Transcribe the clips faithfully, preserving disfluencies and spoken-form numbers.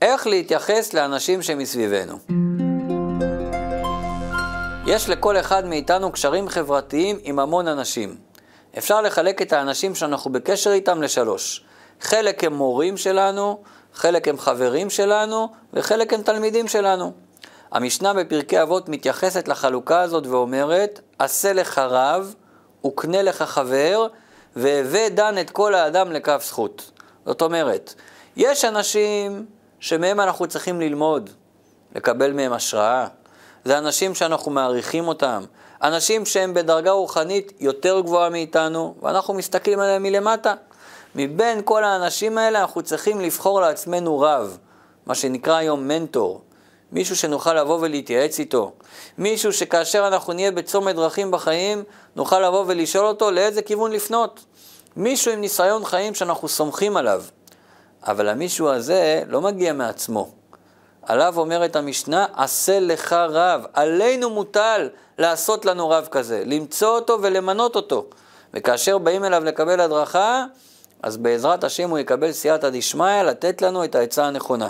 איך להתייחס לאנשים שמסביבנו. יש לכל אחד מאיתנו קשרים חברתיים עם המון אנשים. אפשר לחלק את האנשים שאנחנו בקשר איתם לשלוש. חלק הם מורים שלנו, חלק הם חברים שלנו, וחלק הם תלמידים שלנו. המשנה בפרקי אבות מתייחסת לחלוקה הזאת ואומרת, עשה לך רב, וקנה לך חבר, והווה דן את כל האדם לכף זכות. זאת אומרת, יש אנשים שמהם אנחנו צריכים ללמוד, לקבל מהם השראה. זה אנשים שאנחנו מעריכים אותם, אנשים שהם בדרגה רוחנית יותר גבוהה מאיתנו, ואנחנו מסתכלים עליהם מלמטה. מבין כל האנשים האלה אנחנו צריכים לבחור לעצמנו רב, מה שנקרא היום מנטור, מישהו שנוכל לבוא ולהתייעץ איתו, מישהו שכאשר אנחנו נהיה בצומת דרכים בחיים, נוכל לבוא ולשאול אותו לאיזה כיוון לפנות, מישהו עם ניסיון חיים שאנחנו סומכים עליו. אבל המישהו הזה לא מגיע מעצמו. עליו אומרת המשנה, עשה לך רב, עלינו מוטל לעשות לנו רב כזה, למצוא אותו ולמנות אותו. וכאשר באים אליו לקבל הדרכה, אז בעזרת השם הוא יקבל סייעתא דשמיא לתת לנו את העצה הנכונה.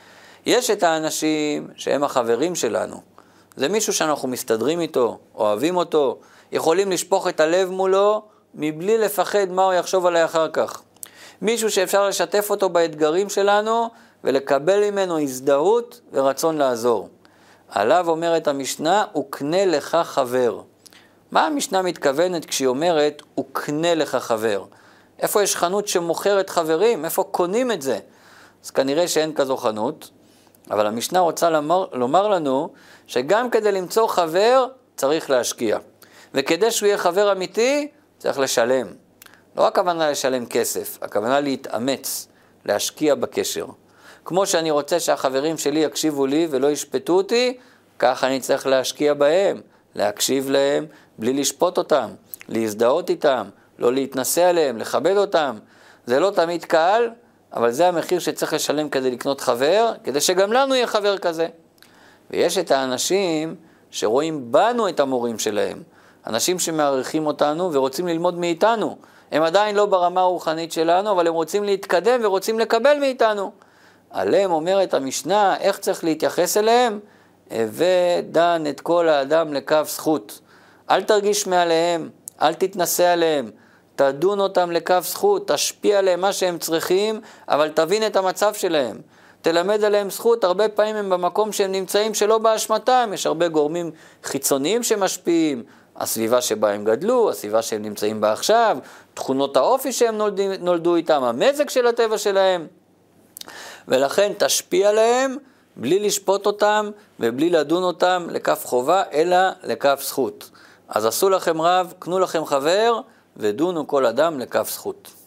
יש את האנשים שהם החברים שלנו. זה מישהו שאנחנו מסתדרים איתו, אוהבים אותו, יכולים לשפוך את הלב מולו, מבלי לפחד מה הוא יחשוב עליי אחר כך. מישהו שאפשר לשתף אותו באתגרים שלנו, ולקבל ממנו הזדהות ורצון לעזור. עליו אומרת המשנה, וקנה לך חבר. מה המשנה מתכוונת כשהיא אומרת, וקנה לך חבר? איפה יש חנות שמוכרת חברים? איפה קונים את זה? אז כנראה שאין כזו חנות, אבל המשנה רוצה לומר, לומר לנו, שגם כדי למצוא חבר, צריך להשקיע. וכדי שהוא יהיה חבר אמיתי, צריך לשלם. לא הכוונה לשלם כסף, הכוונה להתאמץ, להשקיע בקשר. כמו שאני רוצה שהחברים שלי יקשיבו לי ולא ישפטו אותי, כך אני צריך להשקיע בהם, להקשיב להם בלי לשפוט אותם, להזדהות איתם, לא להתנסה עליהם, לכבד אותם. זה לא תמיד קל, אבל זה המחיר שצריך לשלם כדי לקנות חבר, כדי שגם לנו יהיה חבר כזה. ויש את האנשים שרואים בנו את המורים שלהם, אנשים שמעריכים אותנו ורוצים ללמוד מאיתנו. הם עדיין לא ברמה הרוחנית שלנו, אבל הם רוצים להתקדם ורוצים לקבל מאיתנו. עליהם אומרת המשנה, איך צריך להתייחס אליהם? הווה דן את כל האדם לכף זכות. אל תרגיש מעליהם, אל תתנסה עליהם, תדון אותם לכף זכות, תשפיע עליהם מה שהם צריכים, אבל תבין את המצב שלהם. תלמד עליהם זכות, הרבה פעמים הם במקום שהם נמצאים שלא באשמתם, יש הרבה גורמים חיצוניים שמשפיעים, הסביבה שבה הם גדלו, הסביבה שהם נמצאים בה עכשיו, תכונות האופי שהם נולדו, נולדו איתם, המזג של הטבע שלהם. ולכן תשפיע עליהם בלי לשפוט אותם ובלי לדון אותם לכף חובה, אלא לכף זכות. אז עשו לכם רב, קנו לכם חבר, ודונו כל אדם לכף זכות.